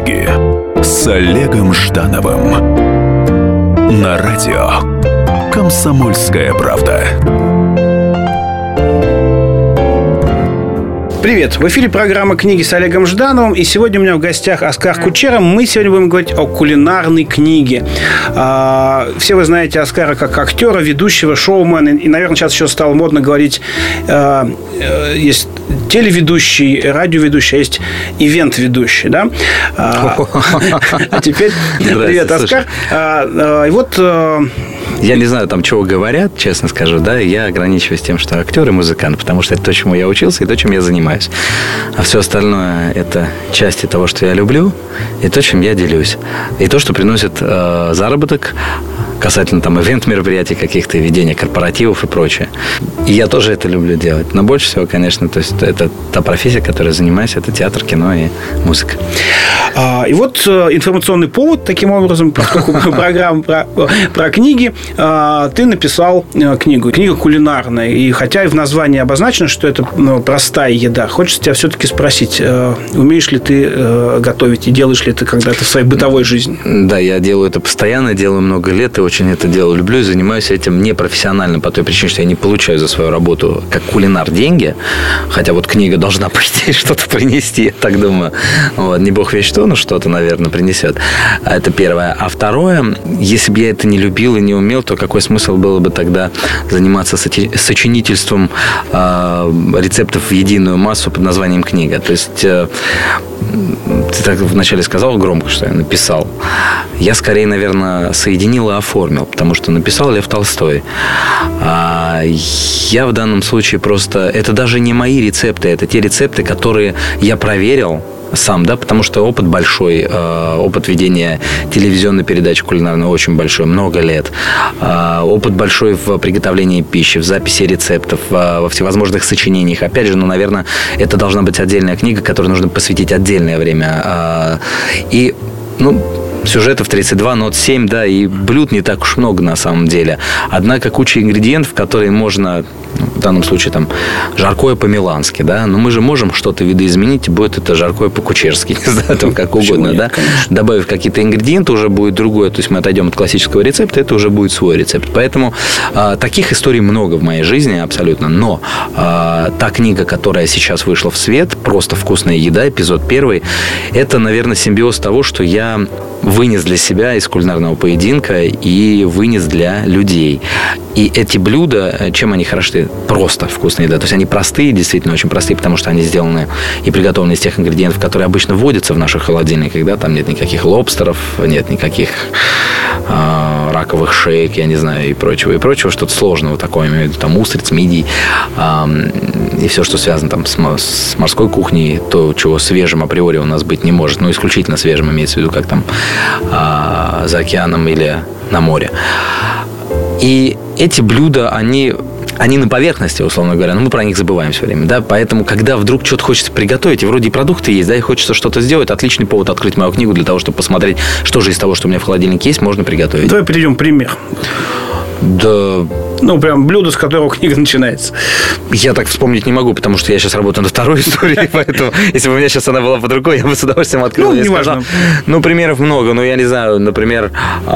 книги с Олегом Ждановым на радио «Комсомольская правда». Привет! В эфире программа «Книги с Олегом Ждановым». И сегодня у меня в гостях Оскар Кучера. Мы сегодня будем говорить о кулинарной книге. Все вы знаете Оскара как актера, ведущего, шоумена. И, наверное, сейчас еще стало модно говорить, есть телеведущий, радиоведущий, а есть ивент-ведущий, да? А теперь привет, Оскар. И вот... Я не знаю, там, чего говорят, честно скажу, да, я ограничиваюсь тем, что актер и музыкант, потому что это то, чему я учился и то, чем я занимаюсь. А все остальное – это части того, что я люблю, и то, чем я делюсь. И то, что приносит заработок касательно там ивент-мероприятий каких-то, ведения корпоративов и прочее. И я тоже это люблю делать. Но больше всего, конечно, то есть это та профессия, которой я занимаюсь, это театр, кино и музыка. И вот информационный повод, таким образом, поскольку программа про книги, ты написал книгу. Книга кулинарная. И хотя и в названии обозначено, что это простая еда, хочется тебя все-таки спросить, умеешь ли ты готовить и делаешь ли ты когда-то в своей бытовой жизни? Да, я делаю это постоянно, делаю много лет и очень это дело люблю и занимаюсь этим непрофессионально по той причине, что я не получаю за свою работу как кулинар деньги, хотя вот книга должна, по идее, что-то принести, я так думаю. Вот. Не бог весть что, но что-то, наверное, принесет. Это первое. А второе, если бы я это не любил и не умел, то какой смысл было бы тогда заниматься сочинительством рецептов в единую массу под названием книга? То есть ты так вначале сказал громко, что я написал. Я скорее, наверное, соединил и оформил, потому что написал Лев Толстой. Я в данном случае просто... Это даже не мои рецепты, это те рецепты, которые я проверил сам, да, потому что опыт большой, опыт ведения телевизионной передачи кулинарной очень большой, много лет. Опыт большой в приготовлении пищи, в записи рецептов, во всевозможных сочинениях. Опять же, наверное, это должна быть отдельная книга, которой нужно посвятить отдельное время. И, сюжетов 32, нот 7, да, и блюд не так уж много на самом деле. Однако куча ингредиентов, которые можно, в данном случае, там, жаркое по-милански, да, но мы же можем что-то видоизменить, и будет это жаркое по-кучерски, не знаю, там, как угодно, нет, да. Конечно. Добавив какие-то ингредиенты, уже будет другое, то есть мы отойдем от классического рецепта, это уже будет свой рецепт. Поэтому таких историй много в моей жизни, абсолютно. Но та книга, которая сейчас вышла в свет, «Просто вкусная еда», эпизод 1, это, наверное, симбиоз того, что я вынес для себя из кулинарного поединка и вынес для людей. И эти блюда, чем они хороши? Просто вкусная еда. То есть они простые, действительно очень простые, потому что они сделаны и приготовлены из тех ингредиентов, которые обычно вводятся в наших холодильниках. Да? Там нет никаких лобстеров, нет никаких раковых шеек, я не знаю, и прочего, что-то сложного такое, там устриц, мидий, и все, что связано там с морской кухней, то, чего свежим априори у нас быть не может, но исключительно свежим имеется в виду, как там за океаном или на море. И эти блюда, они на поверхности, условно говоря, но мы про них забываем все время, да, поэтому, когда вдруг что-то хочется приготовить, и вроде и продукты есть, да, и хочется что-то сделать, отличный повод открыть мою книгу для того, чтобы посмотреть, что же из того, что у меня в холодильнике есть, можно приготовить. Давай приведем пример. Да... прям блюдо, с которого книга начинается. Я так вспомнить не могу, потому что я сейчас работаю над второй историей, поэтому, если бы у меня сейчас она была под рукой, я бы с удовольствием открыл и сказал. Примеров много, я не знаю, например,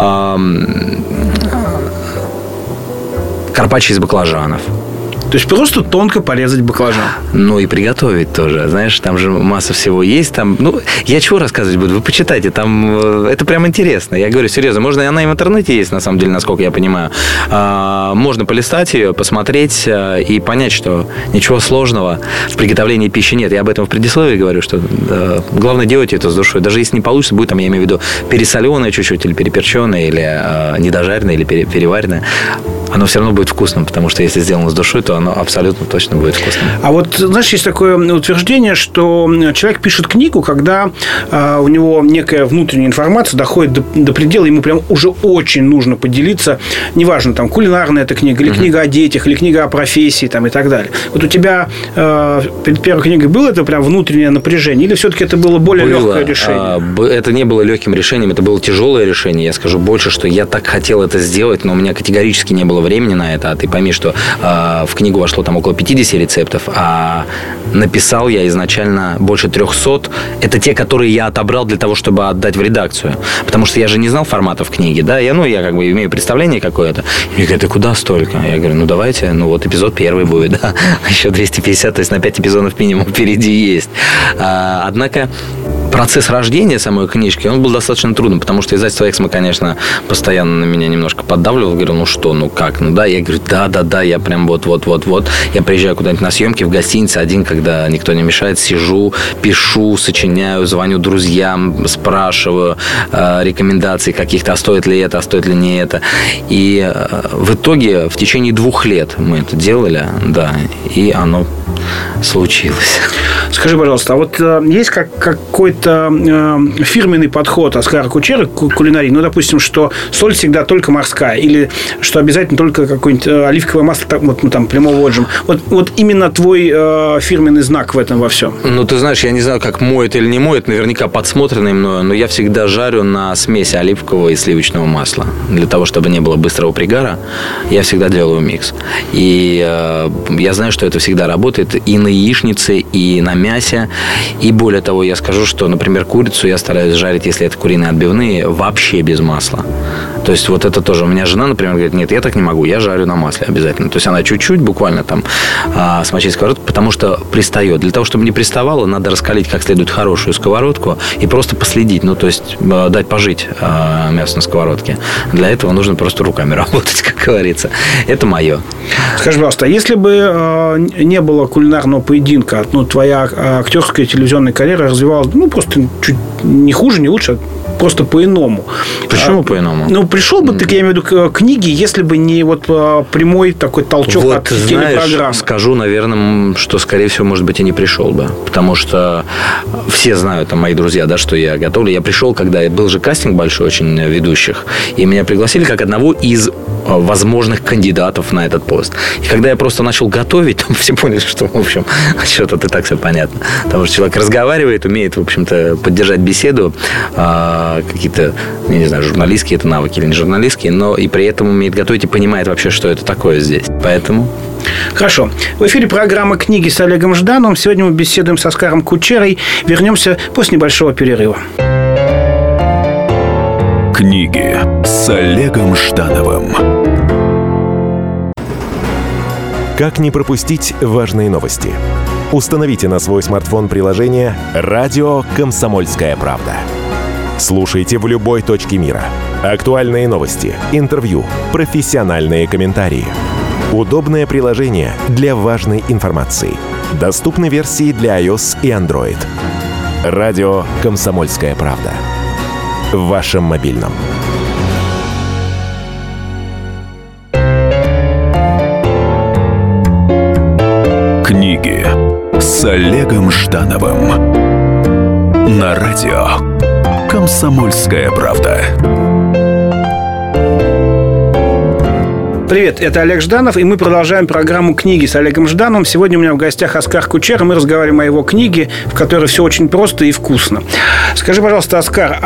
карпаччо из баклажанов. То есть просто тонко порезать баклажан. И приготовить тоже. Знаешь, там же масса всего есть. Там, я чего рассказывать буду? Вы почитайте. Там это прям интересно. Я говорю, серьезно. Можно, она и в интернете есть, на самом деле, насколько я понимаю. Можно полистать ее, посмотреть и понять, что ничего сложного в приготовлении пищи нет. Я об этом в предисловии говорю, что главное делать это с душой. Даже если не получится, будет там, я имею в виду, пересоленое чуть-чуть, или переперченное, или недожаренное, или переваренное. Оно все равно будет вкусным, потому что если сделано с душой, то оно абсолютно точно будет вкусным. А вот, знаешь, есть такое утверждение, что человек пишет книгу, когда у него некая внутренняя информация доходит до предела, ему прям уже очень нужно поделиться, неважно, там, кулинарная эта книга, или книга о детях, или книга о профессии, там, и так далее. Вот у тебя перед первой книгой было это прям внутреннее напряжение, или все-таки это было более легкое решение? Это не было легким решением, это было тяжелое решение. Я скажу больше, что я так хотел это сделать, но у меня категорически не было времени на это. А ты пойми, что в книге книгу вошло там около 50 рецептов, а написал я изначально больше 300. Это те, которые я отобрал для того, чтобы отдать в редакцию. Потому что я же не знал форматов книги, да, я как бы имею представление какое-то. И говорят, ты куда столько? Я говорю, давайте, вот эпизод 1 будет, да, еще 250, то есть на 5 эпизодов минимум впереди есть. Однако процесс рождения самой книжки, он был достаточно трудным, потому что издательство «Эксмо», конечно, постоянно на меня немножко поддавливало, говорил, как, да, я говорю, да, я прям вот, я приезжаю куда-нибудь на съемки в гостинице один, когда никто не мешает, сижу, пишу, сочиняю, звоню друзьям, спрашиваю рекомендаций каких-то, а стоит ли это, а стоит ли не это, и в итоге в течение 2 лет мы это делали, да, и оно случилось. Скажи, пожалуйста, а вот есть какой-то фирменный подход Оскара Кучеры к кулинарии? Допустим, что соль всегда только морская, или что обязательно только какое-нибудь оливковое масло прямого отжима. Вот именно твой фирменный знак в этом во всем. Ты знаешь, я не знаю, как моют или не моют, наверняка подсмотренный мною, но я всегда жарю на смеси оливкового и сливочного масла. Для того, чтобы не было быстрого пригара, я всегда делаю микс. И я знаю, что это всегда работает и на яичнице, и на мясе. И более того, я скажу, что, например, курицу я стараюсь жарить, если это куриные отбивные, вообще без масла. То есть вот это тоже. У меня жена, например, говорит, нет, я так не могу, я жарю на масле обязательно. То есть она чуть-чуть буквально смочить сковородку, потому что пристает. Для того, чтобы не приставало, надо раскалить как следует хорошую сковородку и просто последить, то есть дать пожить мясо на сковородке. Для этого нужно просто руками работать, как говорится. Это мое. Скажи, пожалуйста, если бы не было кулинарного поединка, твоя актерская телевизионная карьера развивалась, просто чуть не хуже, не лучше, просто по-иному. Почему по-иному? Пришел бы ты, я имею в виду, к книге, если бы не прямой такой толчок от телепрограммы. Скажу, наверное, что, скорее всего, может быть, и не пришел бы. Потому что все знают, мои друзья, да, что я готовлю. Я пришел, когда был же кастинг большой очень ведущих, и меня пригласили как одного из возможных кандидатов на этот пост. И когда я просто начал готовить, все поняли, что, в общем, что-то и так все понятно. Потому что человек разговаривает, умеет, в общем-то, поддержать беседу, какие-то, я не знаю, журналистские это навыки или не журналистские, но и при этом умеет готовить и понимает вообще, что это такое здесь. Поэтому... Хорошо. В эфире программа «Книги» с Олегом Ждановым. Сегодня мы беседуем с Оскаром Кучерой. Вернемся после небольшого перерыва. «Книги» с Олегом Ждановым. Как не пропустить важные новости? Установите на свой смартфон приложение «Радио Комсомольская правда». Слушайте в любой точке мира. Актуальные новости, интервью, профессиональные комментарии. Удобное приложение для важной информации. Доступны версии для iOS и Android. «Радио Комсомольская правда». В вашем мобильном. «Книги» с Олегом Ждановым. На радио «Комсомольская правда». Привет, это Олег Жданов, и мы продолжаем программу «Книги» с Олегом Ждановым. Сегодня у меня в гостях Оскар Кучера. Мы разговариваем о его книге, в которой все очень просто и вкусно. Скажи, пожалуйста, Оскар,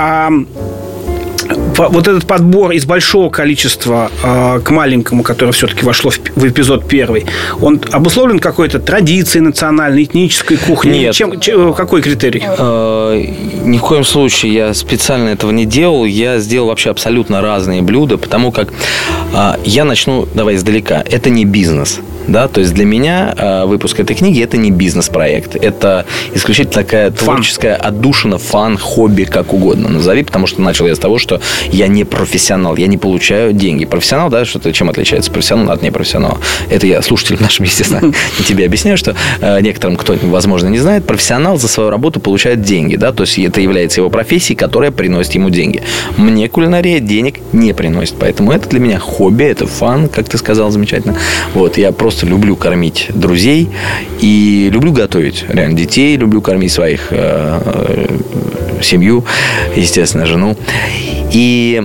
вот этот подбор из большого количества к маленькому, которое все-таки вошло в эпизод 1, он обусловлен какой-то традицией национальной, этнической кухней? Нет. Какой критерий? Ни в коем случае я специально этого не делал. Я сделал вообще абсолютно разные блюда, потому как я начну, давай издалека. Это не бизнес. Да, то есть для меня выпуск этой книги – это не бизнес-проект. Это исключительно такая творческая отдушина, фан, хобби, как угодно назови, потому что начал я с того, что я не профессионал, я не получаю деньги. Профессионал, да, что-то чем отличается профессионал от непрофессионала? Это я слушателям нашим, естественно, тебе объясняю, что некоторым, кто, возможно, не знает, профессионал за свою работу получает деньги, да, то есть это является его профессией, которая приносит ему деньги. Мне кулинария денег не приносит, поэтому это для меня хобби, это фан, как ты сказал, замечательно. Вот, я просто люблю кормить друзей и люблю готовить, реально, детей, люблю кормить своих, семью, естественно, жену. И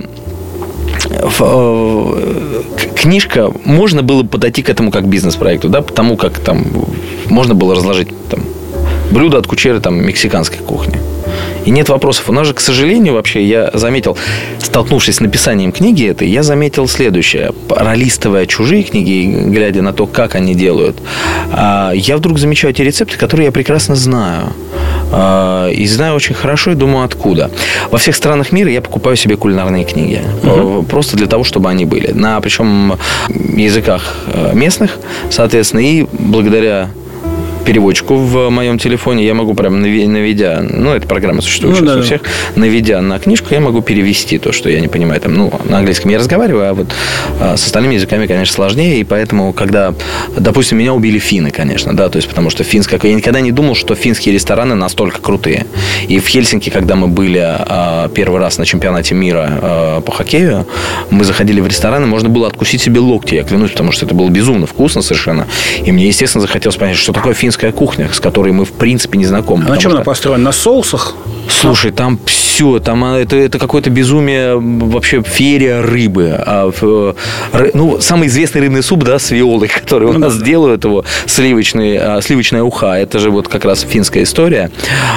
книжка, можно было подойти к этому как к бизнес-проекту, да, потому как там можно было разложить там блюда от Кучеры там мексиканской кухни. И нет вопросов. У нас же, к сожалению, вообще, я заметил, столкнувшись с написанием книги этой, я заметил следующее. Пролистывая чужие книги, глядя на то, как они делают, я вдруг замечаю те рецепты, которые я прекрасно знаю. И знаю очень хорошо, и думаю, откуда. Во всех странах мира я покупаю себе кулинарные книги. Просто для того, чтобы они были. На, причем, языках местных, соответственно, и благодаря переводчику в моем телефоне я могу прям наведя, эта программа существует сейчас у всех, наведя на книжку, я могу перевести то, что я не понимаю. Там, на английском я разговариваю, а вот с остальными языками, конечно, сложнее. И поэтому, когда, допустим, меня убили финны, конечно, да, то есть потому что финская... Я никогда не думал, что финские рестораны настолько крутые. И в Хельсинки, когда мы были первый раз на чемпионате мира по хоккею, мы заходили в рестораны, можно было откусить себе локти, я клянусь, потому что это было безумно вкусно совершенно. И мне, естественно, захотелось понять, что такое финская кухня, с которой мы, в принципе, не знакомы. А на чем она построена? На соусах? Слушай, там все, там это какое-то безумие, вообще феерия рыбы. Самый известный рыбный суп, да, с виолой, который у нас делают его, сливочная уха, это же вот как раз финская история.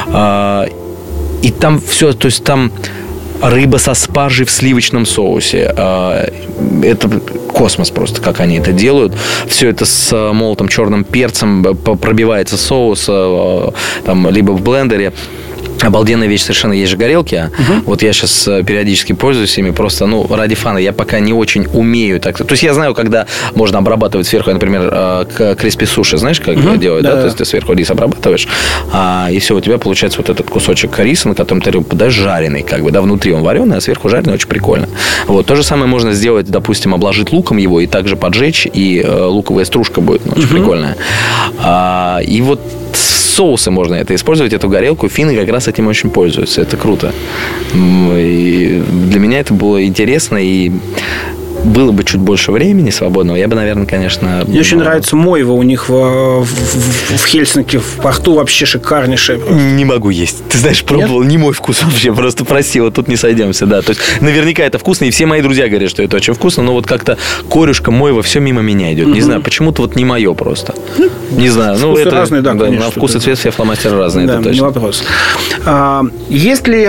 И там все, то есть там рыба со спаржей в сливочном соусе. Это космос просто, как они это делают. Все это с молотым черным перцем, пробивается соус там, либо в блендере. Обалденная вещь совершенно. Есть же горелки. Вот я сейчас периодически пользуюсь ими. Просто, ради фана. Я пока не очень умею так. То есть я знаю, когда можно обрабатывать сверху, например, криспи суши. Знаешь, как делать, да? То есть ты сверху рис обрабатываешь, и все, у тебя получается вот этот кусочек риса, на котором ты рыбу подаешь, жареный, как бы, да, внутри он вареный, а сверху жареный, очень прикольно. Вот. То же самое можно сделать, допустим, обложить луком его и также поджечь, и луковая стружка будет очень прикольная. И вот соусы можно это использовать, эту горелку. Финны как раз этим очень пользуются. Это круто. И для меня это было интересно. И было бы чуть больше времени свободного, я бы, наверное, конечно... Мне очень нравится мойва у них в Хельсинки, в порту вообще шикарнейшая. Не могу есть. Ты знаешь, пробовал. Нет? Не мой вкус вообще. Просто прости, вот тут не сойдемся. Да. То есть, наверняка это вкусно, и все мои друзья говорят, что это очень вкусно, но вот как-то корюшка, мойва, все мимо меня идет. Не знаю, почему-то вот не мое просто. Не знаю. Вкусы это разные, да, конечно. На вкус и цвет все фломастеры разные, да, это точно. Не вопрос. Есть ли...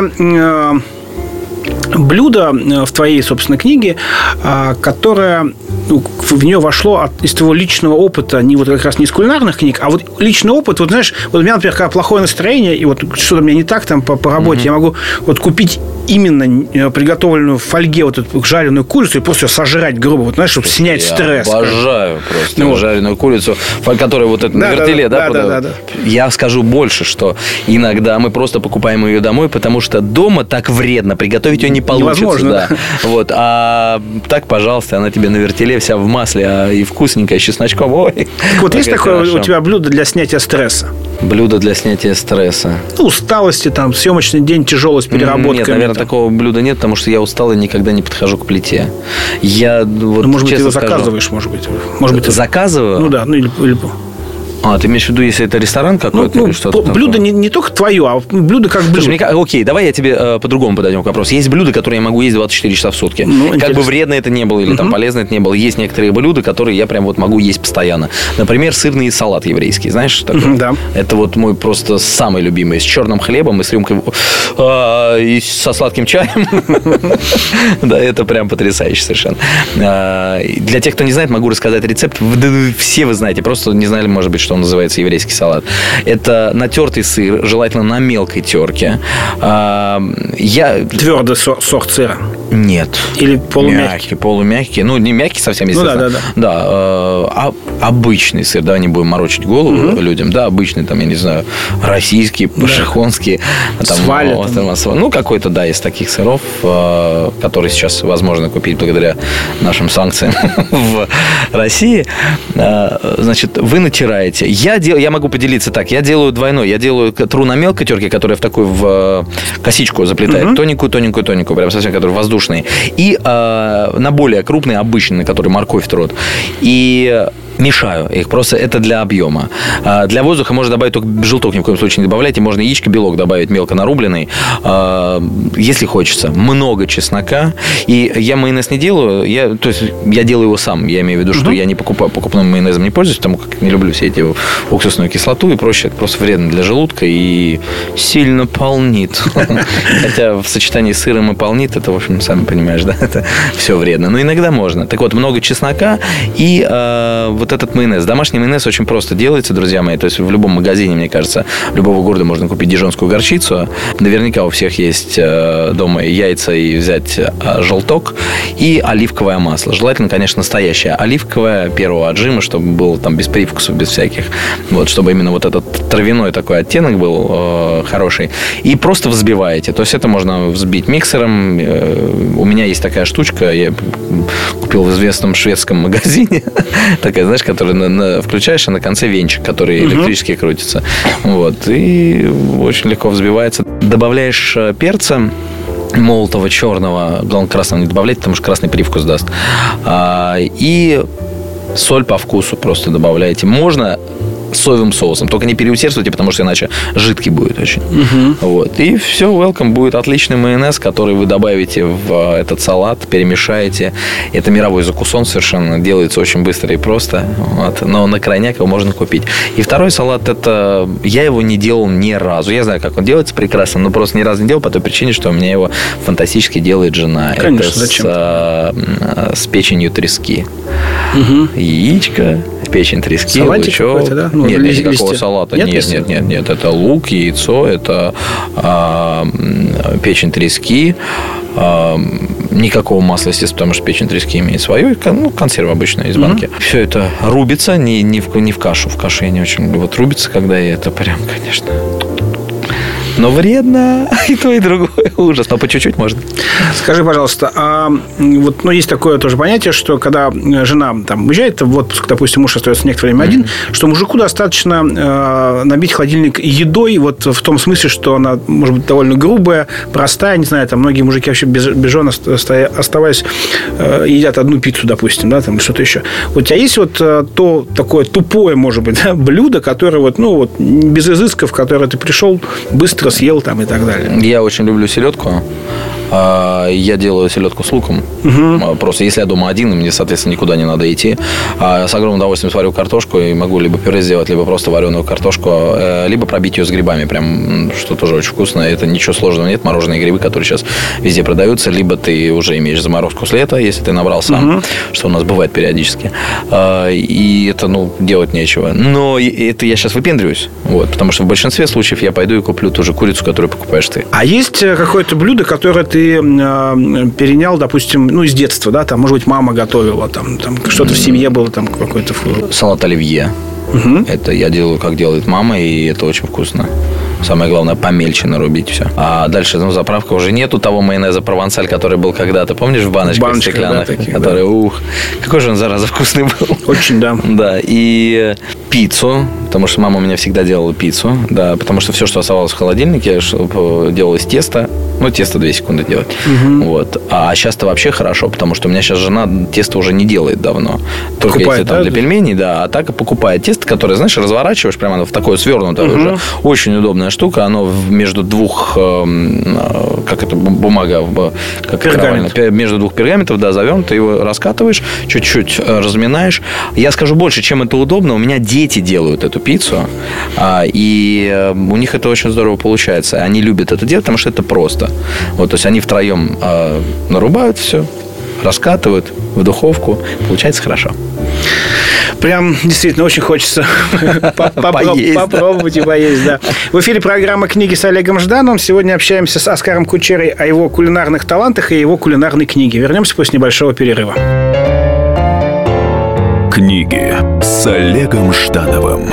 блюдо в твоей, собственно, книге, которое в нее вошло из твоего личного опыта, не вот как раз не из кулинарных книг, а вот личный опыт, вот знаешь, вот у меня, например, когда плохое настроение, и вот что-то у меня не так там по работе, я могу вот купить именно приготовленную в фольге вот эту жареную курицу и просто ее сожрать грубо, вот знаешь, чтобы снять стресс. Я обожаю просто жареную курицу, которая вот это на вертеле, да? Я скажу больше, что иногда мы просто покупаем ее домой, потому что дома так вредно, приготовить ее не получится. Невозможно. Да. Вот. А так, пожалуйста, она тебе на вертеле вся в масле, и вкусненькая, с чесночком. Ой. Так вот, есть такое у тебя блюдо для снятия стресса? Блюдо для снятия стресса. Усталости, там, съемочный день, тяжелость, переработка. Нет, наверное, такого блюда нет, потому что я устал и никогда не подхожу к плите. Я вот, может быть, ты его заказываешь, может быть. Заказываю? Ну да, или... Ты имеешь в виду, если это ресторан какой-то или что-то? Блюдо не только твое, а блюдо как блюдо. Слушай, окей, давай я тебе по-другому подойдем к вопросу. Есть блюда, которые я могу есть 24 часа в сутки. Как бы вредно это не было или там полезно это не было. Есть некоторые блюда, которые я прям вот могу есть постоянно. Например, сырный салат еврейский. Знаешь, что такое? Да. Это вот мой просто самый любимый. С черным хлебом и с рюмкой... и со сладким чаем. Да, это прям потрясающе совершенно. Для тех, кто не знает, могу рассказать рецепт. Все вы знаете, просто не знали, может быть, что он называется еврейский салат. Это натертый сыр, желательно на мелкой терке. Твердый сорт сыра? Нет. Или полумягкий? Полумягкий. Не мягкий совсем, естественно. Да. Обычный сыр, да, не будем морочить голову людям. Да, обычный, там, я не знаю, российский, пашихонский. Сваля. Какой-то, да, из таких сыров, которые сейчас возможно купить благодаря нашим санкциям в России. Значит, вы натираете. Я могу поделиться так. Я делаю двойной. Я делаю тру на мелкой терке, которая в косичку заплетает. Тоненькую, прям совсем, которая воздушная. И на более крупный, обычный, на который морковь трут. И Мешаю их, просто это для объема. Для воздуха можно добавить только желток, ни в коем случае не добавляйте. Можно яичко, белок добавить мелко нарубленный, если хочется. Много чеснока. И я майонез не делаю, я делаю его сам. Я имею в виду, что я не покупным майонезом не пользуюсь, потому как не люблю все эти уксусную кислоту и прочее. Это просто вредно для желудка и сильно полнит. Хотя в сочетании с сыром и полнит, это, в общем, сами понимаешь, да, это все вредно. Но иногда можно. Так вот, много чеснока и вот этот майонез. Домашний майонез очень просто делается, друзья мои. То есть в любом магазине, мне кажется, любого города можно купить дижонскую горчицу. Наверняка у всех есть дома яйца и взять желток и оливковое масло. Желательно, конечно, настоящее оливковое первого отжима, чтобы было там без привкусов, без всяких. Вот, чтобы именно вот этот травяной такой оттенок был хороший. И просто взбиваете. То есть это можно взбить миксером. У меня есть такая штучка, я купил в известном шведском магазине. Такая, знаешь, которую включаешь, а на конце венчик, который электрически крутится. Вот. И очень легко взбивается. Добавляешь перца молотого черного, главное, красного не добавлять, потому что красный привкус даст. И соль по вкусу просто добавляете. Можно соевым соусом. Только не переусердствуйте, потому что иначе жидкий будет очень. Вот. И все, welcome. Будет отличный майонез, который вы добавите в этот салат, перемешаете. Это мировой закусон совершенно. Делается очень быстро и просто. Вот. Но на крайняк его можно купить. И второй салат, это... Я его не делал ни разу. Я знаю, как он делается прекрасно, но просто ни разу не делал по той причине, что у меня его фантастически делает жена. Конечно, это зачем? С печенью трески. Яичко, печень трески, салатик лучок. Да? Нет, никакого салата. Нет. Это лук, яйцо, это печень трески. Никакого масла, естественно, потому что печень трески имеет свою. Консерва обычная из банки. Все это рубится, не в кашу. В кашу я не очень люблю. Вот рубится, когда это прям, конечно... Но вредно и то, и другое. Ужас. Но по чуть-чуть можно. Скажи, пожалуйста, есть такое тоже понятие, что когда жена там уезжает в отпуск, допустим, муж остается некоторое время один, что мужику достаточно набить холодильник едой, вот в том смысле, что она может быть довольно грубая, простая, не знаю, там многие мужики вообще без жен оставаясь едят одну пиццу, допустим, да, там или что-то еще. Вот у тебя есть вот то такое тупое, может быть, да, блюдо, которое без изысков, которое ты пришел, быстро съел там и так далее. Я очень люблю селедку. Я делаю селедку с луком. Просто если я дома один, и мне, соответственно, никуда не надо идти. С огромным удовольствием сварю картошку и могу либо пюре сделать, либо просто вареную картошку, либо пробить ее с грибами. Прям, что тоже очень вкусно. Это ничего сложного нет. Мороженые грибы, которые сейчас везде продаются, либо ты уже имеешь заморозку с лета, если ты набрал сам, что у нас бывает периодически. И это, делать нечего. Но это я сейчас выпендриваюсь. Вот, потому что в большинстве случаев я пойду и куплю ту же курицу, которую покупаешь ты. А есть какое-то блюдо, которое ты перенял, допустим, из детства, да, там, может быть, мама готовила, там что-то в семье было, там какой-то... Салат оливье. Это я делаю, как делает мама, и это очень вкусно. Самое главное, помельче нарубить все. А дальше, заправка уже нету того майонеза провансаль, который был когда-то. Помнишь, в баночках стеклянных? Да, таких, который, какой же он, зараза, вкусный был. Очень, да. Да, и пиццу, потому что мама у меня всегда делала пиццу, да, потому что все, что оставалось в холодильнике, делала из теста. Тесто 2 секунды делать. Вот. А сейчас-то вообще хорошо, потому что у меня сейчас жена тесто уже не делает давно. Только покупает, если там для пельменей, да, а так и покупает тесто, которое, знаешь, разворачиваешь прямо оно в такое свернутое уже. Очень удобная штука. Оно между двух, бумага, между двух пергаментов, да, завернуто, ты его раскатываешь, чуть-чуть разминаешь. Я скажу больше, чем это удобно. У меня дети делают эту пиццу, и у них это очень здорово получается. Они любят это делать, потому что это просто. Вот, то есть они втроем нарубают все, раскатывают в духовку. Получается хорошо. Прям действительно очень хочется попробовать и поесть, да. В эфире программа «Книги» с Олегом Ждановым. Сегодня общаемся с Оскаром Кучерой о его кулинарных талантах и его кулинарной книге. Вернемся после небольшого перерыва. Книги с Олегом Ждановым.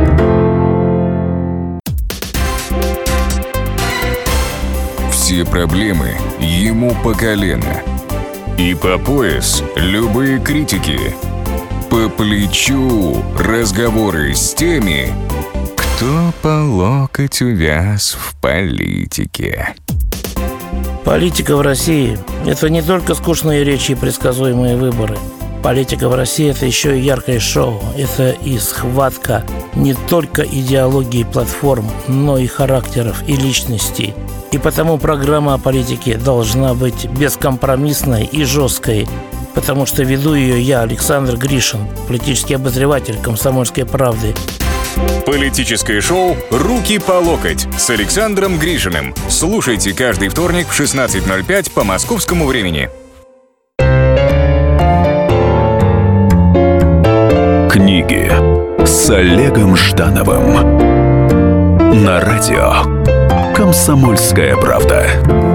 Все проблемы ему по колено. И по пояс любые критики. По плечу разговоры с теми, кто по локоть увяз в политике. Политика в России – это не только скучные речи и предсказуемые выборы. Политика в России – это еще и яркое шоу. Это и схватка не только идеологии платформ, но и характеров и личностей. И потому программа о политике должна быть бескомпромиссной и жесткой, потому что веду ее я, Александр Гришин, политический обозреватель «Комсомольской правды». Политическое шоу «Руки по локоть» с Александром Гришиным. Слушайте каждый вторник в 16:05 по московскому времени. Книги с Олегом Ждановым на радио «Комсомольская правда».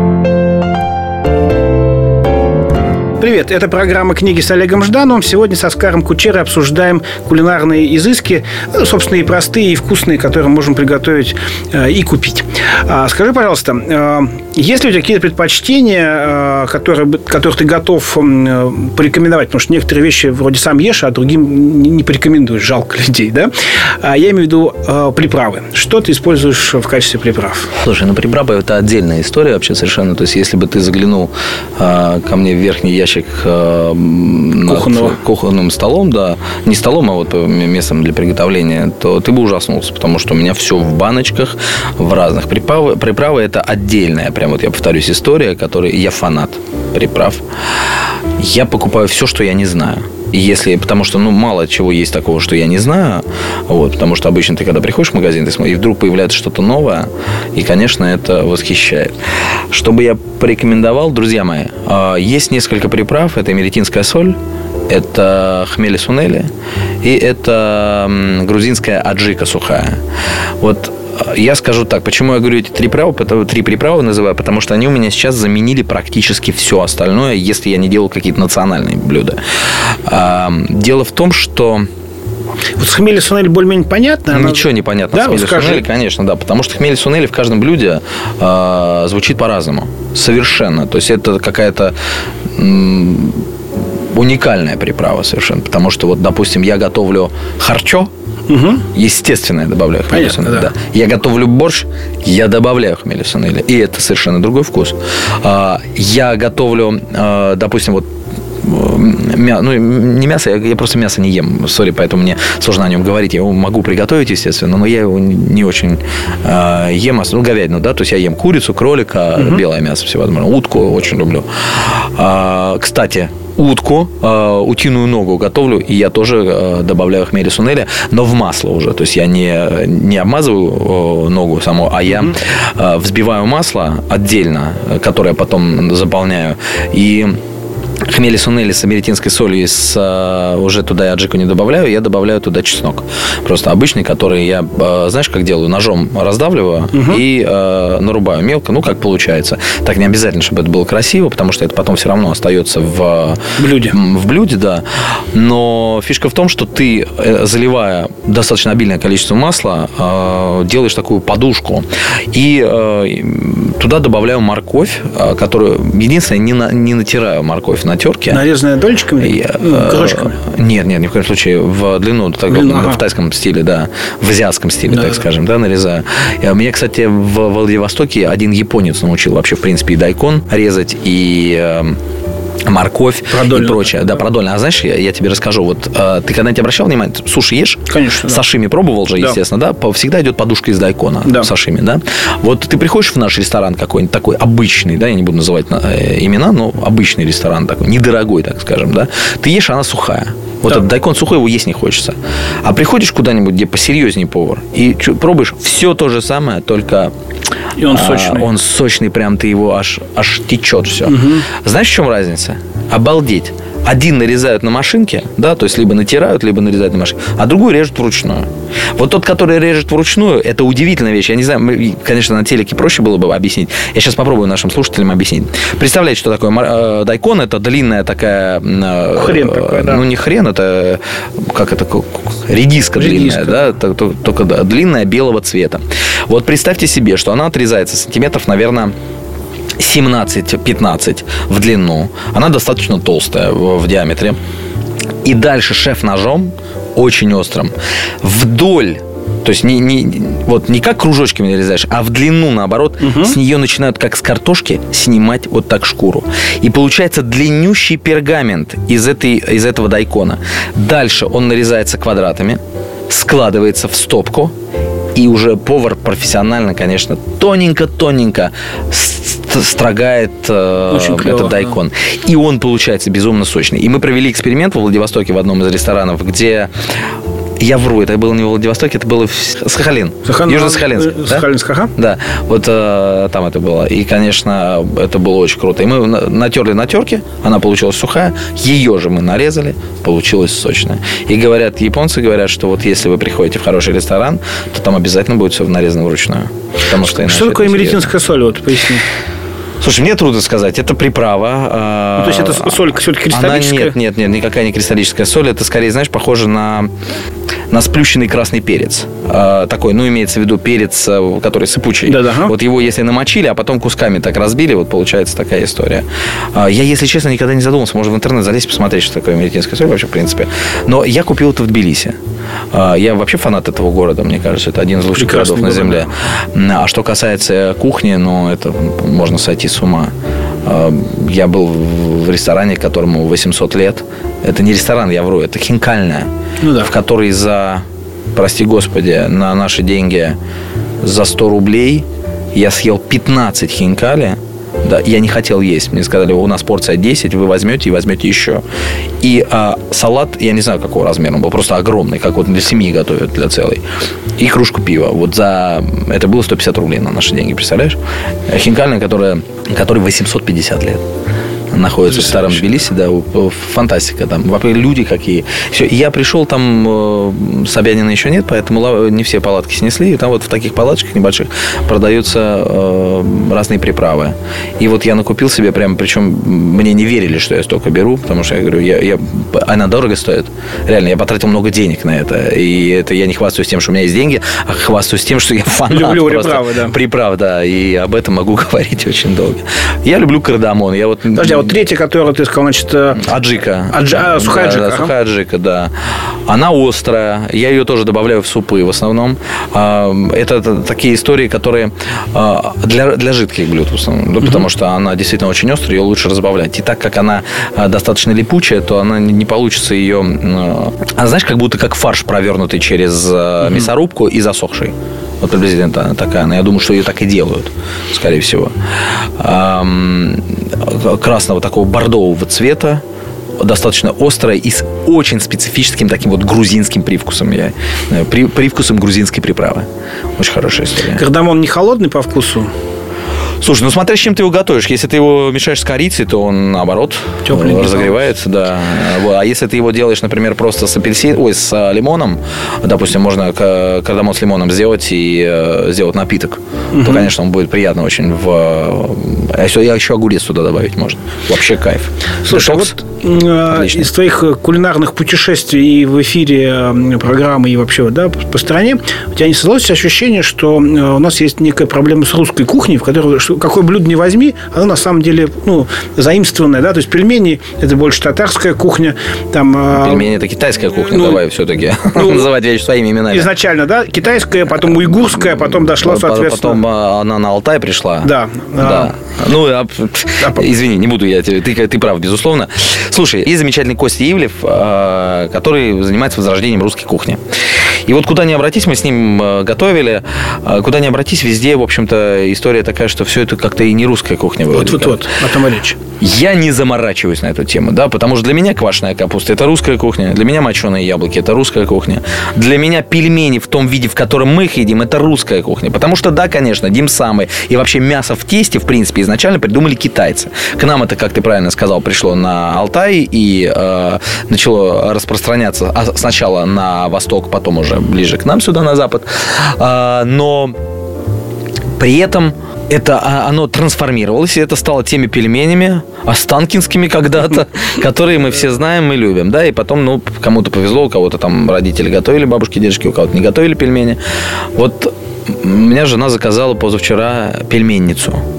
Привет, это программа «Книги с Олегом Ждановым». Сегодня с Оскаром Кучерой обсуждаем кулинарные изыски, собственно, и простые, и вкусные, которые можем приготовить и купить. Скажи, пожалуйста, есть ли у тебя какие-то предпочтения, которых ты готов порекомендовать? Потому что некоторые вещи вроде сам ешь, а другим не порекомендуешь. Жалко людей, да? Я имею в виду приправы. Что ты используешь в качестве приправ? Слушай, приправы – это отдельная история вообще совершенно. То есть, если бы ты заглянул ко мне в верхний ящик над кухонным столом, да, не столом, а вот местом для приготовления, то ты бы ужаснулся, потому что у меня все в баночках, в разных приправах. Приправы – это отдельная, прям вот я повторюсь, история, которой я фанат приправ. Я покупаю все, что я не знаю. Потому что, мало чего есть такого, что я не знаю. Вот, потому что обычно ты, когда приходишь в магазин, ты смотришь, и вдруг появляется что-то новое. И, конечно, это восхищает. Что бы я порекомендовал, друзья мои, есть несколько приправ. Это эмеретинская соль, это хмели-сунели и это грузинская аджика сухая. Вот я скажу так, почему я говорю эти три приправы называю, потому что они у меня сейчас заменили практически все остальное, если я не делал какие-то национальные блюда. Дело в том, что... Вот с хмели-сунели более-менее понятно? Ничего не понятно. Да, с хмели-сунели, конечно, да. Потому что хмели-сунели в каждом блюде звучит по-разному. Совершенно. То есть, это какая-то... уникальная приправа совершенно. Потому что, вот, допустим, я готовлю харчо, естественно, я добавляю хмели-сунели. Да. Я готовлю борщ, я добавляю хмели-сунели. И это совершенно другой вкус. Я готовлю, допустим, вот не мясо, я просто мясо не ем, поэтому мне сложно о нем говорить. Я его могу приготовить, естественно, но я его не очень ем, говядину, да, то есть я ем курицу, кролика, белое мясо всевозможное, утку очень люблю. Кстати, утку, утиную ногу готовлю, и я тоже добавляю хмели-сунели, но в масло уже. То есть я не обмазываю ногу саму, а я взбиваю масло отдельно, которое потом заполняю, и хмели-сунели с эмеретинской солью, уже туда я аджику не добавляю, я добавляю туда чеснок. Просто обычный, который я, знаешь, как делаю? Ножом раздавливаю и нарубаю мелко, как получается. Так не обязательно, чтобы это было красиво, потому что это потом все равно остается в блюде, да. Но фишка в том, что ты, заливая достаточно обильное количество масла, делаешь такую подушку. И туда добавляю морковь, которую, единственное, не натираю морковь на терке. Нарезанная дольчиками? Кружками? Нет, ни в коем случае. В длину, в тайском стиле, да. В азиатском стиле, так скажем, да, нарезаю. Меня, кстати, в Владивостоке один японец научил вообще, в принципе, и дайкон резать, и морковь продольно, и прочее. Да, продольно. А знаешь, я тебе расскажу. Вот ты когда-нибудь обращал внимание, суши ешь? Конечно. Сашими пробовал же, естественно, да? Всегда идет подушка из дайкона в сашими, да? Вот ты приходишь в наш ресторан какой-нибудь такой обычный, да, я не буду называть имена, но обычный ресторан такой, недорогой, так скажем, да? Ты ешь, она сухая. Вот этот дайкон сухой, его есть не хочется. А приходишь куда-нибудь, где посерьезнее повар, и пробуешь все то же самое, только... И он сочный. Он сочный, прям ты его аж течет все. Знаешь, в чем разница? Обалдеть. Один нарезают на машинке, да, то есть либо натирают, либо нарезают на машинке, а другой режут вручную. Вот тот, который режет вручную, это удивительная вещь. Я не знаю, конечно, на телеке проще было бы объяснить. Я сейчас попробую нашим слушателям объяснить. Представляете, что такое дайкон? Это длинная такая... Хрен такой, да. Не хрен, это... Как это? Редиска длинная, да? Только длинная, белого цвета. Вот представьте себе, что она отрезается сантиметров, наверное... 17-15 в длину. Она достаточно толстая в диаметре. И дальше шеф-ножом, очень острым, вдоль То есть не как кружочками нарезаешь, а в длину, наоборот, с нее начинают, как с картошки, снимать вот так шкуру. И получается длиннющий пергамент из этого дайкона. Дальше он нарезается квадратами, складывается в стопку, и уже повар профессионально, конечно, тоненько-тоненько строгает этот дайкон. И он получается безумно сочный. И мы провели эксперимент в Владивостоке в одном из ресторанов, где... Я вру, это было не в Владивостоке, это было в Сахалин. Южно-Сахалинск. Сахалинск, ага. Да, вот там это было. И, конечно, это было очень круто. И мы натерли на терке, она получилась сухая, ее же мы нарезали, получилась сочная. И японцы говорят, что вот если вы приходите в хороший ресторан, то там обязательно будет все нарезано вручную. Что такое меретинская соль? Вот, поясни. Слушай, мне трудно сказать. Это приправа. То есть это соль все-таки кристаллическая? Нет, никакая не кристаллическая соль. Это скорее, знаешь, похоже на сплющенный красный перец. Такой, имеется в виду перец, который сыпучий. Да. Вот его, если намочили, а потом кусками так разбили, вот получается такая история. Я, если честно, никогда не задумывался. Можно в интернет залезть, посмотреть, что такое меретинская соль вообще, в принципе. Но я купил это в Тбилиси. Я вообще фанат этого города, мне кажется. Это один из лучших городов на земле. А что касается кухни, это можно сойти с ума. Я был в ресторане, которому 800 лет. Это не ресторан, я вру, это хинкальная, в которой прости господи, на наши деньги за 100 рублей я съел 15 хинкали. Да, я не хотел есть. Мне сказали, у нас порция 10, вы возьмете и возьмете еще. И салат, я не знаю, какого размера, он был просто огромный, как вот для семьи готовят, для целой. И кружку пива. Вот это было 150 рублей на наши деньги, представляешь? Хинкальная, которой 850 лет. Находится в старом Тбилиси, да, фантастика, там люди какие. Все, я пришел, там Собянина еще нет, поэтому не все палатки снесли, и там вот в таких палаточках небольших продаются разные приправы. И вот я накупил себе причем мне не верили, что я столько беру, потому что я говорю, она дорого стоит. Реально, я потратил много денег на это, и это я не хвастаюсь тем, что у меня есть деньги, а хвастаюсь тем, что я фанат. Люблю приправы, да, и об этом могу говорить очень долго. Я люблю кардамон. Подожди, вот третья, которую ты сказал, значит... Аджика. Сухая аджика. Да, сухая аджика, да. Она острая. Я ее тоже добавляю в супы в основном. Это такие истории, которые для жидких блюд в основном. Потому что она действительно очень острая, ее лучше разбавлять. И так как она достаточно липучая, то она не получится ее... знаешь, как будто как фарш, провернутый через мясорубку и засохший. Вот приблизительно такая. Я думаю, что ее так и делают, скорее всего. Красного такого бордового цвета, достаточно острая и с очень специфическим таким вот грузинским привкусом. Привкусом грузинской приправы. Очень хорошая история. Кардамон не холодный по вкусу? Слушай, смотря с чем ты его готовишь. Если ты его мешаешь с корицей, то он, наоборот, разогревается, да. А если ты его делаешь, например, просто с лимоном, допустим, можно кардамон с лимоном сделать и сделать напиток, то, конечно, он будет приятно очень. Еще огурец туда добавить можно. Вообще кайф. Слушай, из твоих кулинарных путешествий и в эфире программы, и вообще по стране, у тебя не создалось ощущение, что у нас есть некая проблема с русской кухней, в которой какое блюдо не возьми, оно на самом деле заимствованное, да, то есть пельмени это больше татарская кухня, пельмени это китайская кухня, давай все-таки называть вещи своими именами. Изначально, да, китайская, потом уйгурская, потом дошла, соответственно. Потом она на Алтай пришла. Да. Извини, не буду я тебе, ты прав, безусловно. Слушай, есть замечательный Костя Ивлев, который занимается возрождением русской кухни. И вот куда ни обратись, мы с ним готовили, куда ни обратись, везде, в общем-то, история такая, что все это как-то и не русская кухня. Вот, о том и речь. Я не заморачиваюсь на эту тему, да, потому что для меня квашеная капуста – это русская кухня, для меня моченые яблоки – это русская кухня, для меня пельмени в том виде, в котором мы их едим – это русская кухня, потому что, да, конечно, димсамы и вообще мясо в тесте, в принципе, изначально придумали китайцы. К нам это, как ты правильно сказал, пришло на Алтай и начало распространяться сначала на восток, потом уже ближе к нам сюда, на запад, но при этом оно трансформировалось, и это стало теми пельменями останкинскими когда-то, которые мы все знаем и любим, да, и потом, кому-то повезло, у кого-то там родители готовили, бабушки, дедушки, у кого-то не готовили пельмени. Вот у меня жена заказала позавчера пельменницу.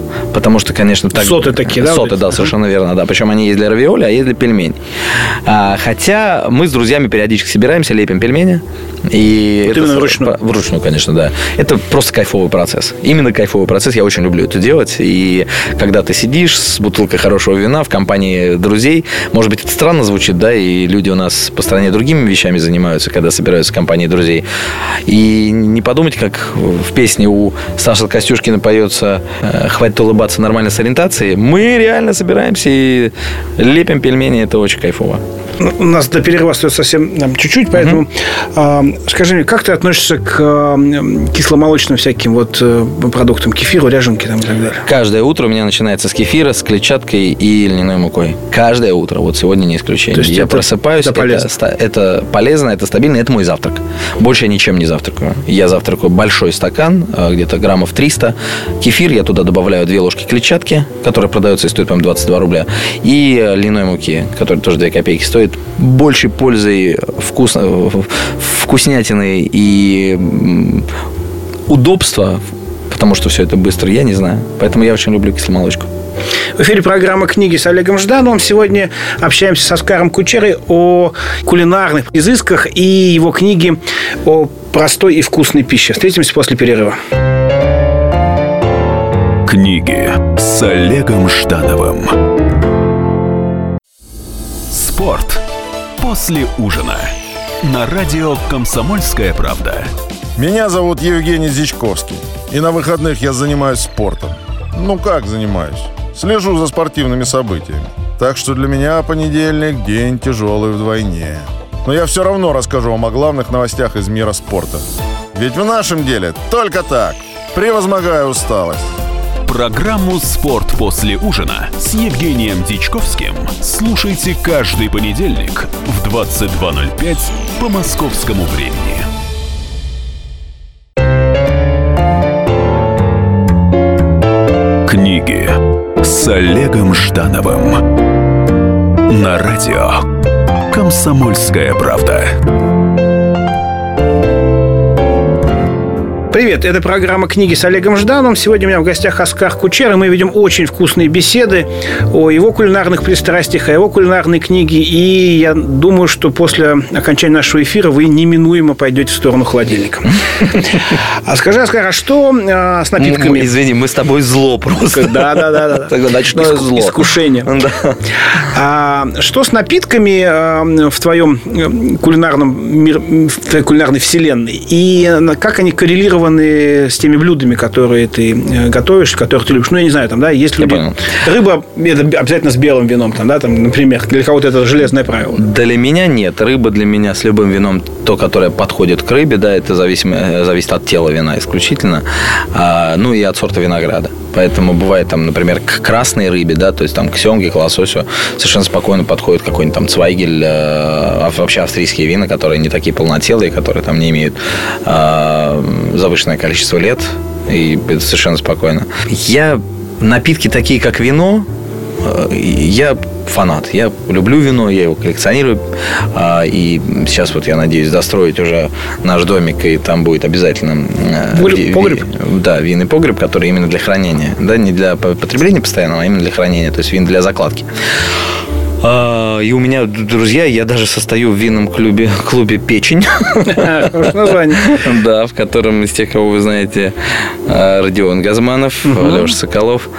Потому что, конечно... Соты такие, да? Соты, да, совершенно верно, да. Причем они есть для равиоли, а есть для пельменей. Хотя мы с друзьями периодически собираемся, лепим пельмени. И вот именно вручную? Вручную, конечно, да. Это просто кайфовый процесс. Именно кайфовый процесс. Я очень люблю это делать. И когда ты сидишь с бутылкой хорошего вина в компании друзей, может быть, это странно звучит, да, и люди у нас по стране другими вещами занимаются, когда собираются в компании друзей. И не подумать, как в песне у Саши Костюшкина поется «Хватит улыбаться, нормально с ориентацией». Мы реально собираемся и лепим пельмени. Это очень кайфово. У нас до перерыва остается совсем чуть-чуть, поэтому скажи мне, как ты относишься к кисломолочным всяким вот продуктам, кефиру, ряженке там и так далее? Каждое утро у меня начинается с кефира, с клетчаткой и льняной мукой. Каждое утро. Вот сегодня не исключение. То есть я просыпаюсь, это полезно, это стабильно, это мой завтрак. Больше я ничем не завтракаю. Я завтракаю большой стакан, где-то граммов 300. Кефир, я туда добавляю 2 ложки клетчатки, которая продается и стоит, по-моему, 22 рубля. И льняной муки, которая тоже 2 копейки стоит. Большей пользой, вкуснятиной и удобства, потому что все это быстро, я не знаю. Поэтому я очень люблю кисломолочку. В эфире программа «Книги» с Олегом Ждановым. Сегодня общаемся с Оскаром Кучерой о кулинарных изысках и его книге о простой и вкусной пище. Встретимся после перерыва. Книги с Олегом Ждановым. Спорт после ужина. На радио «Комсомольская правда». Меня зовут Евгений Зичковский. И на выходных я занимаюсь спортом. Ну как занимаюсь? Слежу за спортивными событиями. Так что для меня понедельник – день тяжелый вдвойне. Но я все равно расскажу вам о главных новостях из мира спорта. Ведь в нашем деле только так. Превозмогая усталость. Программу «Спорт после ужина» с Евгением Дичковским слушайте каждый понедельник в 22:05 по московскому времени. Книги с Олегом Ждановым на радио «Комсомольская правда». Привет, это программа «Книги» с Олегом Ждановым. Сегодня у меня в гостях Оскар Кучера. Мы ведем очень вкусные беседы о его кулинарных пристрастиях, о его кулинарной книге. И я думаю, что после окончания нашего эфира вы неминуемо пойдете в сторону холодильника. А скажи, Оскар, а что с напитками? Извини, мы с тобой зло просто. Да. Ночное зло. Искушение. А что с напитками в твоем кулинарном в твоей кулинарной вселенной? И как они коррелированы с теми блюдами, которые ты готовишь, которые ты любишь? Ну, я не знаю, там, да, есть люди... Рыба – это обязательно с белым вином, там, да, там, например. Для кого-то это железное правило. Для меня нет. Рыба для меня с любым вином, то, которое подходит к рыбе, да, это зависит от тела вина исключительно, ну, и от сорта винограда. Поэтому бывает, там, например, к красной рыбе, да, то есть там к сёмге, к лососю совершенно спокойно подходит какой-нибудь там цвайгель, вообще австрийские вина, которые не такие полнотелые, которые там не имеют завышенное количество лет, и это совершенно спокойно. Напитки такие, как вино, я фанат. Я люблю вино, я его коллекционирую. И сейчас вот я надеюсь достроить уже наш домик, и там будет обязательно погреб? Да, винный погреб, который именно для хранения. Да, не для потребления постоянного, а именно для хранения. То есть вин для закладки. И у меня друзья, я даже состою в винном клубе «Печень». Хорошее название. Да, в котором из тех, кого вы знаете, Родион Газманов, Леша Соколов.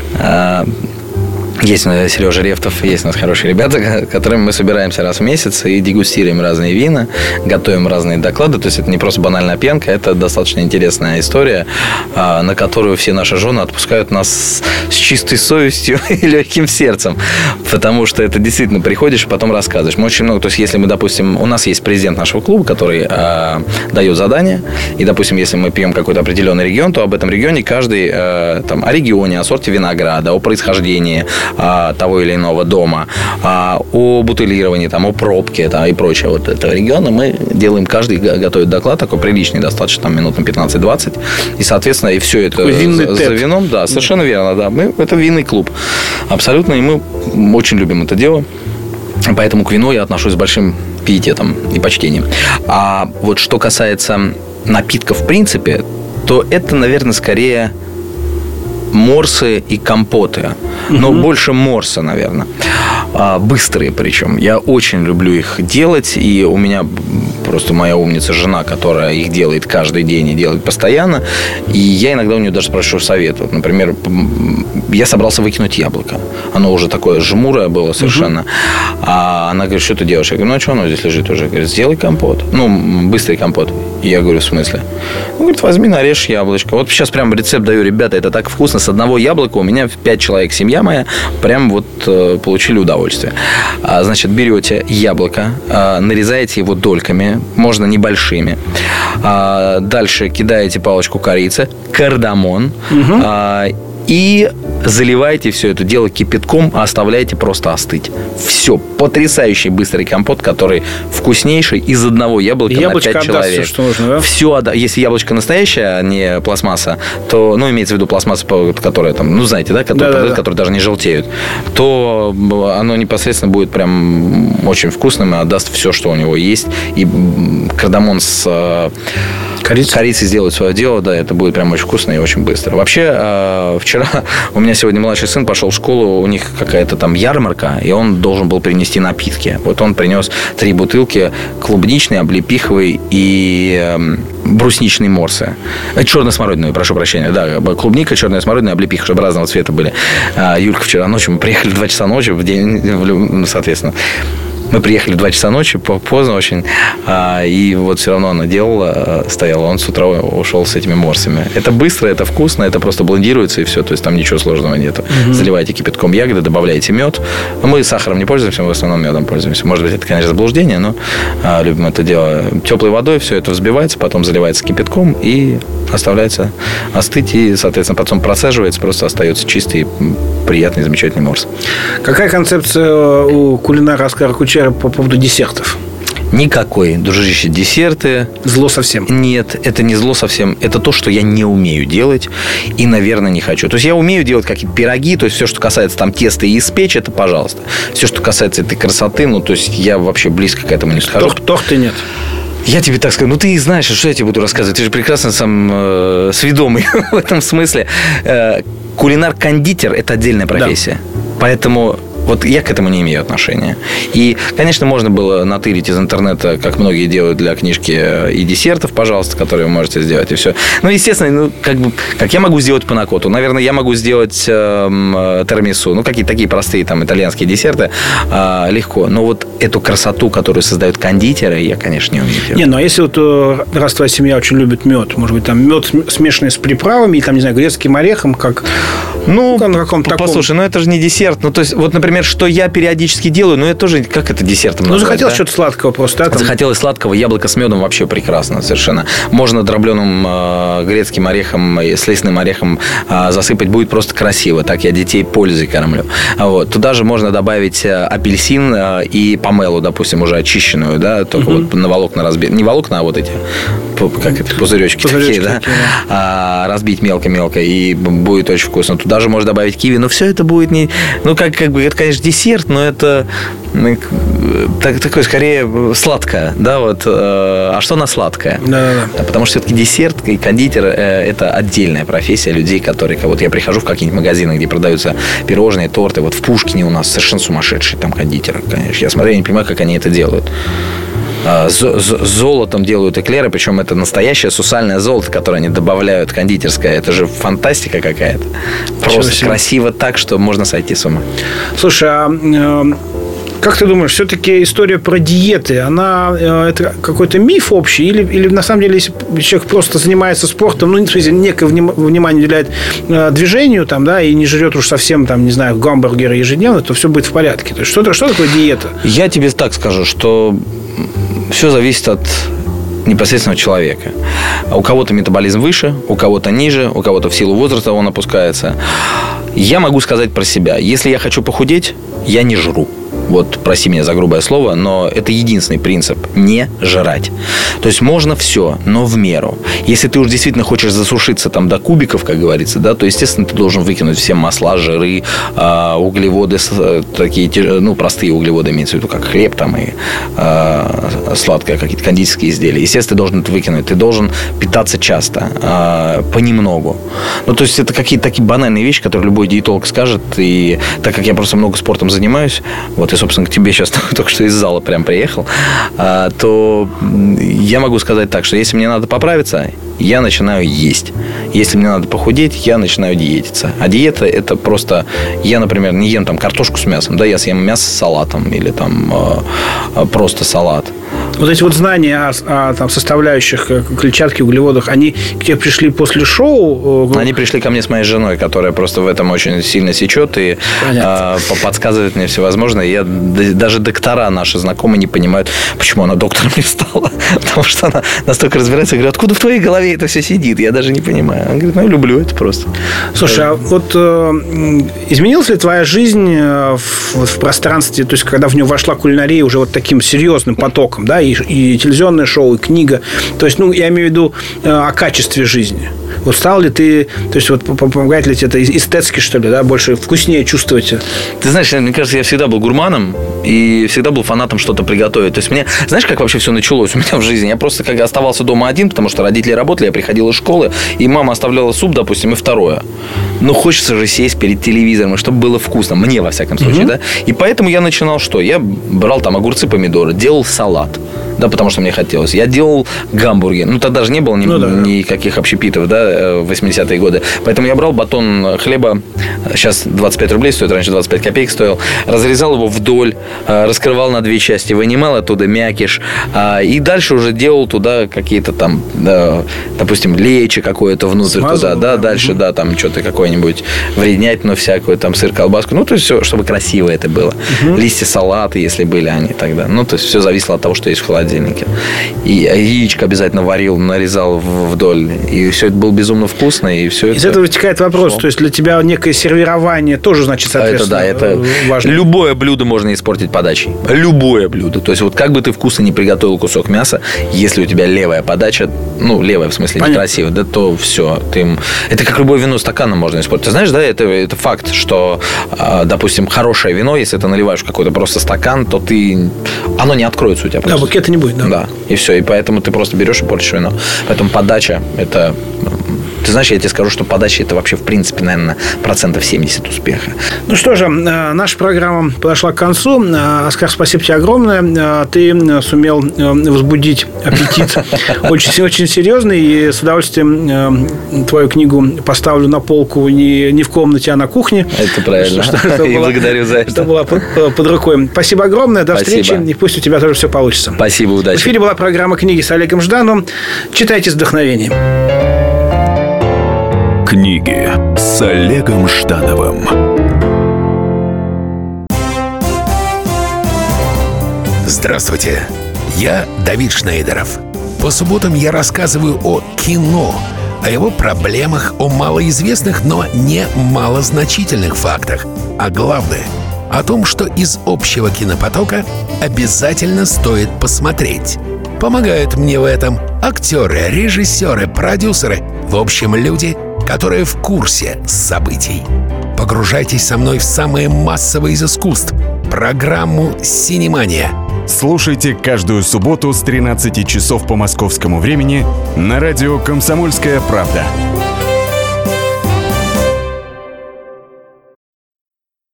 Есть Сережа Ревтов, есть у нас хорошие ребята, с которыми мы собираемся раз в месяц и дегустируем разные вина, готовим разные доклады. То есть это не просто банальная пьянка, это достаточно интересная история, на которую все наши жены отпускают нас с чистой совестью и легким сердцем. Потому что это действительно приходишь и потом рассказываешь. Мы очень много, то есть если мы, допустим, у нас есть президент нашего клуба, который дает задания, и, допустим, если мы пьем какой-то определенный регион, то об этом регионе каждый, там, о регионе, о сорте винограда, о происхождении того или иного дома, о бутылировании, там, о пробке там, и прочее вот этого региона, мы делаем, каждый готовит доклад, такой приличный, достаточно, там, минут на 15-20, и, соответственно, и все это за вином, да, совершенно верно, да, это винный клуб, абсолютно, и мы очень любим это дело, поэтому к вину я отношусь с большим пиететом и почтением. А вот что касается напитков в принципе, то это, наверное, скорее морсы и компоты. Но больше морса, наверное. Быстрые причем. Я очень люблю их делать. И у меня просто моя умница жена, которая их делает каждый день и делает постоянно. И я иногда у нее даже спрашиваю совет. Вот, например, я собрался выкинуть яблоко. Оно уже такое жмурое было совершенно. А она говорит, что ты делаешь? Я говорю, ну а что оно здесь лежит уже? Говорит, сделай компот. Ну, быстрый компот. И я говорю, в смысле? Он говорит, возьми, нарежь яблочко. Вот сейчас прям рецепт даю, ребята, это так вкусно. С одного яблока у меня 5 человек, семья моя, прям вот получили удовольствие. Значит, берете яблоко, нарезаете его дольками, можно небольшими. Дальше кидаете палочку корицы, кардамон, и заливаете все это дело кипятком, а оставляете просто остыть. Все. Потрясающий быстрый компот, который вкуснейший из одного яблока яблочко на 5 человек. Все, что нужно, да? Все, если яблочко настоящее, а не пластмасса, то, ну, имеется в виду пластмасса, которая там, ну, знаете, да, которые даже не желтеют, то оно непосредственно будет прям очень вкусным и отдаст все, что у него есть. И кардамон с корицей сделает свое дело, да, это будет прям очень вкусно и очень быстро. Вообще, вчера у меня сегодня младший сын пошел в школу, у них какая-то там ярмарка, и он должен был принести напитки. Вот он принес 3 бутылки клубничной, облепиховой и брусничной морсы. Черно-смородиновой, прошу прощения. Да, клубника, черная смородина, облепиха, чтобы разного цвета были. Юлька вчера ночью, мы приехали в 2 часа ночи, в день, соответственно. Мы приехали в 2 часа ночи, поздно очень, и вот все равно она делала, стояла, он с утра ушел с этими морсами. Это быстро, это вкусно, это просто блендируется и все, то есть там ничего сложного нету. Заливаете кипятком ягоды, добавляете мед. Мы сахаром не пользуемся, мы в основном медом пользуемся. Может быть, это, конечно, заблуждение, но любим это дело. Теплой водой все это взбивается, потом заливается кипятком и оставляется остыть, и, соответственно, потом процеживается, просто остается чистый, приятный, замечательный морс. Какая концепция у кулинара Оскара Кучера по поводу десертов? Никакой, дружище, десерты. Зло совсем? Нет, это не зло совсем. Это то, что я не умею делать и, наверное, не хочу. То есть я умею делать какие-то пироги, то есть все, что касается там теста и испечь, это пожалуйста. Все, что касается этой красоты, ну, то есть я вообще близко к этому не скажу. Торты нет? Я тебе так скажу, ну ты знаешь, что я тебе буду рассказывать. Ты же прекрасно сам сведомый в этом смысле. Кулинар-кондитер – это отдельная профессия. Да. Поэтому вот я к этому не имею отношения. И, конечно, можно было натырить из интернета, как многие делают для книжки, и десертов, пожалуйста, которые вы можете сделать, и все. Ну, естественно, ну, как я могу сделать панакоту? Наверное, я могу сделать тирамису. Ну, какие-то такие простые там итальянские десерты легко. Но вот эту красоту, которую создают кондитеры, я, конечно, не умею делать. Не, ну а если вот раз твоя семья очень любит мед, может быть, там мед смешанный с приправами, и там, не знаю, грецким орехом, как... Ну, послушай, ну это же не десерт. Ну, то есть, вот, например, что я периодически делаю, но это тоже, как это десертом назвать? Ну, захотелось что-то сладкого просто, да? Там... Захотелось сладкого, яблоко с медом вообще прекрасно совершенно. Можно дробленым грецким орехом, с лесным орехом засыпать, будет просто красиво. Так я детей пользой кормлю. Вот. Туда же можно добавить апельсин и помелу, допустим, уже очищенную, да, только вот на волокна разбить. Не волокна, а вот эти, как это, пузыречки такие, да? Разбить мелко-мелко, и будет очень вкусно. Туда же можно добавить киви, но все это будет не... Ну, как бы, это, конечно, десерт, но это такое, скорее, сладкое, да, вот. А что на сладкое? Да. Потому что все-таки десерт и кондитер – это отдельная профессия людей, которые... Вот я прихожу в какие-нибудь магазины, где продаются пирожные, торты. Вот в Пушкине у нас совершенно сумасшедшие там кондитеры, конечно. Я смотрю, я не понимаю, как они это делают. С золотом делают эклеры, причем это настоящее сусальное золото, которое они добавляют кондитерское. Это же фантастика какая-то. Просто красиво так, что можно сойти с ума. Слушай, как ты думаешь, все-таки история про диеты, она это какой-то миф общий? Или на самом деле, если человек просто занимается спортом, ну, в смысле, некое внимание уделяет движению, там, да, и не жрет уж совсем, там, не знаю, гамбургеры ежедневно, то все будет в порядке. То есть, что такое диета? Я тебе так скажу, что все зависит от непосредственного человека. У кого-то метаболизм выше, у кого-то ниже, у кого-то в силу возраста он опускается. Я могу сказать про себя. Если я хочу похудеть, я не жру. Вот, прости меня за грубое слово, но это единственный принцип – не жрать. То есть можно все, но в меру. Если ты уж действительно хочешь засушиться там до кубиков, как говорится, да, то, естественно, ты должен выкинуть все масла, жиры, углеводы, такие, ну, простые углеводы, имеется в виду, как хлеб там и сладкое, какие-то кондитерские изделия. Естественно, ты должен это выкинуть. Ты должен питаться часто, понемногу. Ну, то есть это какие-то такие банальные вещи, которые любой диетолог скажет. И так как я просто много спортом занимаюсь, вот я, собственно, к тебе сейчас только что из зала прям приехал, то я могу сказать так, что если мне надо поправиться, я начинаю есть. Если мне надо похудеть, я начинаю диетиться. А диета – это просто... Я, например, не ем там картошку с мясом, да, я съем мясо с салатом или там просто салат. Вот эти вот знания о там, составляющих клетчатки, углеводах, они к тебе пришли после шоу? Они пришли ко мне с моей женой, которая просто в этом очень сильно сечет и подсказывает мне всевозможное. Даже доктора наши знакомые не понимают, почему она доктором не стала. Потому что она настолько разбирается. Я говорю, откуда в твоей голове это все сидит? Я даже не понимаю. Она говорит, ну, я люблю это просто. Слушай, а вот изменилась ли твоя жизнь в пространстве, то есть когда в нее вошла кулинария уже вот таким серьезным потоком, да, и телевизионное шоу, и книга. То есть, ну, я имею в виду о качестве жизни. Вот стал ли ты, то есть, вот помогает ли тебе это эстетски, что ли, да, больше вкуснее чувствовать? Ты знаешь, мне кажется, я всегда был гурманом и всегда был фанатом что-то приготовить. То есть, мне, знаешь, как вообще все началось у меня в жизни? Я просто как оставался дома один, потому что родители работали, я приходил из школы, и мама оставляла суп, допустим, и второе. Ну, хочется же сесть перед телевизором, чтобы было вкусно. Мне, во всяком случае, да. И поэтому я начинал что? Я брал там огурцы, помидоры, делал салат. Да, потому что мне хотелось. Я делал гамбургер. Ну, тогда же не было никаких общепитов, да, в 80-е годы. Поэтому я брал батон хлеба, сейчас 25 рублей стоит, раньше 25 копеек стоил, разрезал его вдоль, раскрывал на две части, вынимал оттуда мякиш, и дальше уже делал туда какие-то там, допустим, лечо какое-то внутрь туда, да, дальше, да, там что-то какое-нибудь вреднятину всякую, там сыр, колбаску, ну, то есть все, чтобы красиво это было. Листья салата, если были они тогда. Ну, то есть все зависело от того, что есть в холодильнике. И яичко обязательно варил, нарезал вдоль. И все это было безумно вкусно. И все из этого вытекает вопрос. То есть для тебя некое сервирование тоже, значит, соответственно, это важно. Любое блюдо можно испортить подачей. Любое блюдо. То есть вот как бы ты вкусно не приготовил кусок мяса, если у тебя левая подача, ну, левая в смысле некрасивая, да, то все. Это как любое вино стаканом можно испортить. Ты знаешь, да, это факт, что, допустим, хорошее вино, если ты наливаешь какой-то просто стакан, то оно не откроется у тебя просто. Да, букета не будет, да. Да, и все. И поэтому ты просто берешь и портишь вино. Поэтому подача – это... Ты знаешь, я тебе скажу, что подача – это вообще, в принципе, наверное, 70% успеха. Ну что же, наша программа подошла к концу. Оскар, спасибо тебе огромное. Ты сумел возбудить аппетит очень серьезный. И с удовольствием твою книгу поставлю на полку не в комнате, а на кухне. Это правильно. И благодарю за это. Что было под рукой. Спасибо огромное. До встречи. И пусть у тебя тоже все получится. Спасибо, удачи. В эфире была программа «Книги» с Олегом Ждановым. Читайте с вдохновением. Книги с Олегом Ждановым. Здравствуйте, я Давид Шнейдеров. По субботам я рассказываю о кино, о его проблемах, о малоизвестных, но не малозначительных фактах. А главное, о том, что из общего кинопотока обязательно стоит посмотреть. Помогают мне в этом актеры, режиссеры, продюсеры, в общем, люди, которые в курсе событий. Погружайтесь со мной в самое массовое из искусств — программу «Синемания». Слушайте каждую субботу с 13 часов по московскому времени на радио «Комсомольская правда».